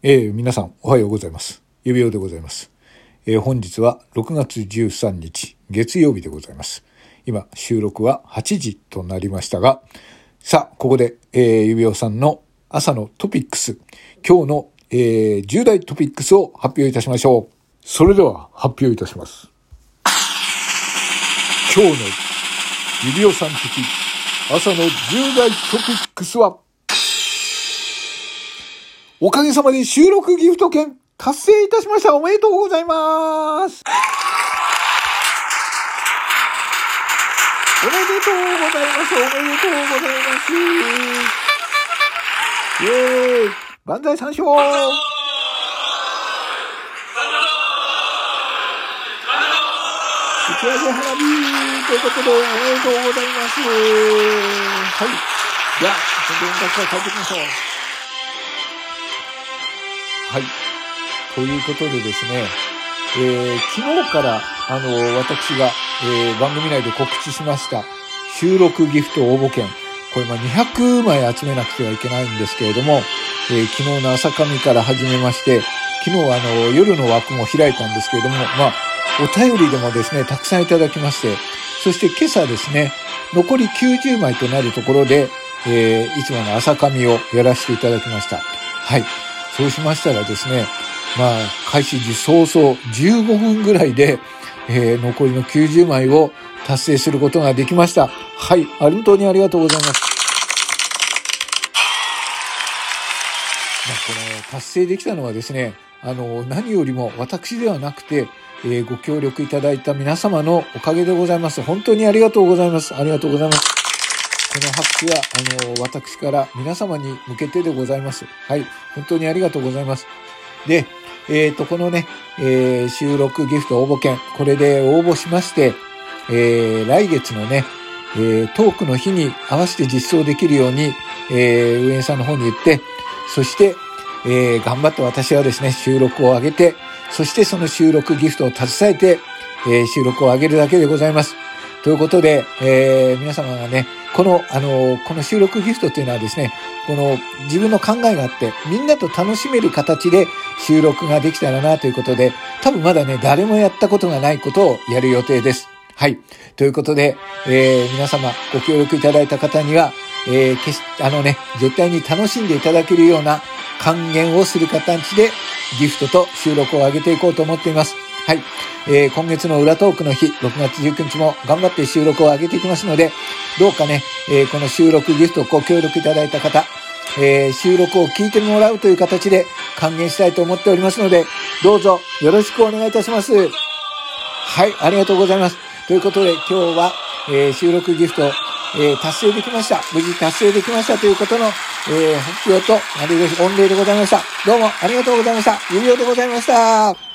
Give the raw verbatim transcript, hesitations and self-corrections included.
えー、皆さんおはようございます。指輪でございます。えー、本日はろくがつじゅうさんにち月曜日でございます。今収録ははちじとなりましたが、さあここで、えー、指輪さんの朝のトピックス、今日の、えー、重大トピックスを発表いたしましょう。それでは発表いたします。今日の指輪さん的朝の重大トピックスは、おかげさまで収録ギフト券達成いたしました。おめでとうございます。おめでとうございます。おめでとうございます。イエーイ、万歳三唱。打ち上げ花火ということでおめでとうございます。はい。じゃあ、本当に音楽から帰ってきましょう。はい。ということでですね、えー、昨日から、あの、私が、えー、番組内で告知しました、収録ギフト応募券。これ、まあ、にひゃくまい集めなくてはいけないんですけれども、えー、昨日の朝上から始めまして、昨日は、あの、夜の枠も開いたんですけれども、まあ、お便りでもですね、たくさんいただきまして、そして今朝ですね、残りきゅうじゅうまいとなるところで、えー、いつもの朝上をやらせていただきました。はい。そうしましたらですね、まあ、開始時早々じゅうごふんぐらいで、えー、残りのきゅうじゅうまいを達成することができました。はい、本当にありがとうございます。まあ、この達成できたのはですね、あの、何よりも私ではなくて、えー、ご協力いただいた皆様のおかげでございます。本当にありがとうございます。ありがとうございます。この拍手は、あの、私から皆様に向けてでございます。はい。本当にありがとうございます。で、えっと、このね、えー、収録ギフト応募券、これで応募しまして、えー、来月のね、えー、トークの日に合わせて実装できるように、えー、運営さんの方に言って、そして、えー、頑張って私はですね、収録を上げて、そしてその収録ギフトを携えて、えー、収録を上げるだけでございます。ということで、えー、皆様がね、この、あの、この収録ギフトというのはですね、この自分の考えがあって、みんなと楽しめる形で収録ができたらなということで、多分まだね、誰もやったことがないことをやる予定です。はい。ということで、えー、皆様ご協力いただいた方には、えー、決し、あのね、絶対に楽しんでいただけるような還元をする形でギフトと収録を上げていこうと思っています。はい。えー、今月の裏トークの日、ろくがつじゅうくにちも頑張って収録を上げていきますので、どうかね、えー、この収録ギフトをご協力いただいた方、えー、収録を聞いてもらうという形で還元したいと思っておりますので、どうぞよろしくお願いいたします。はい、ありがとうございます。ということで、今日は、えー、収録ギフト、えー、達成できました。無事達成できましたということの、えー、発表と、御礼でございました。どうもありがとうございました。指輪でございました。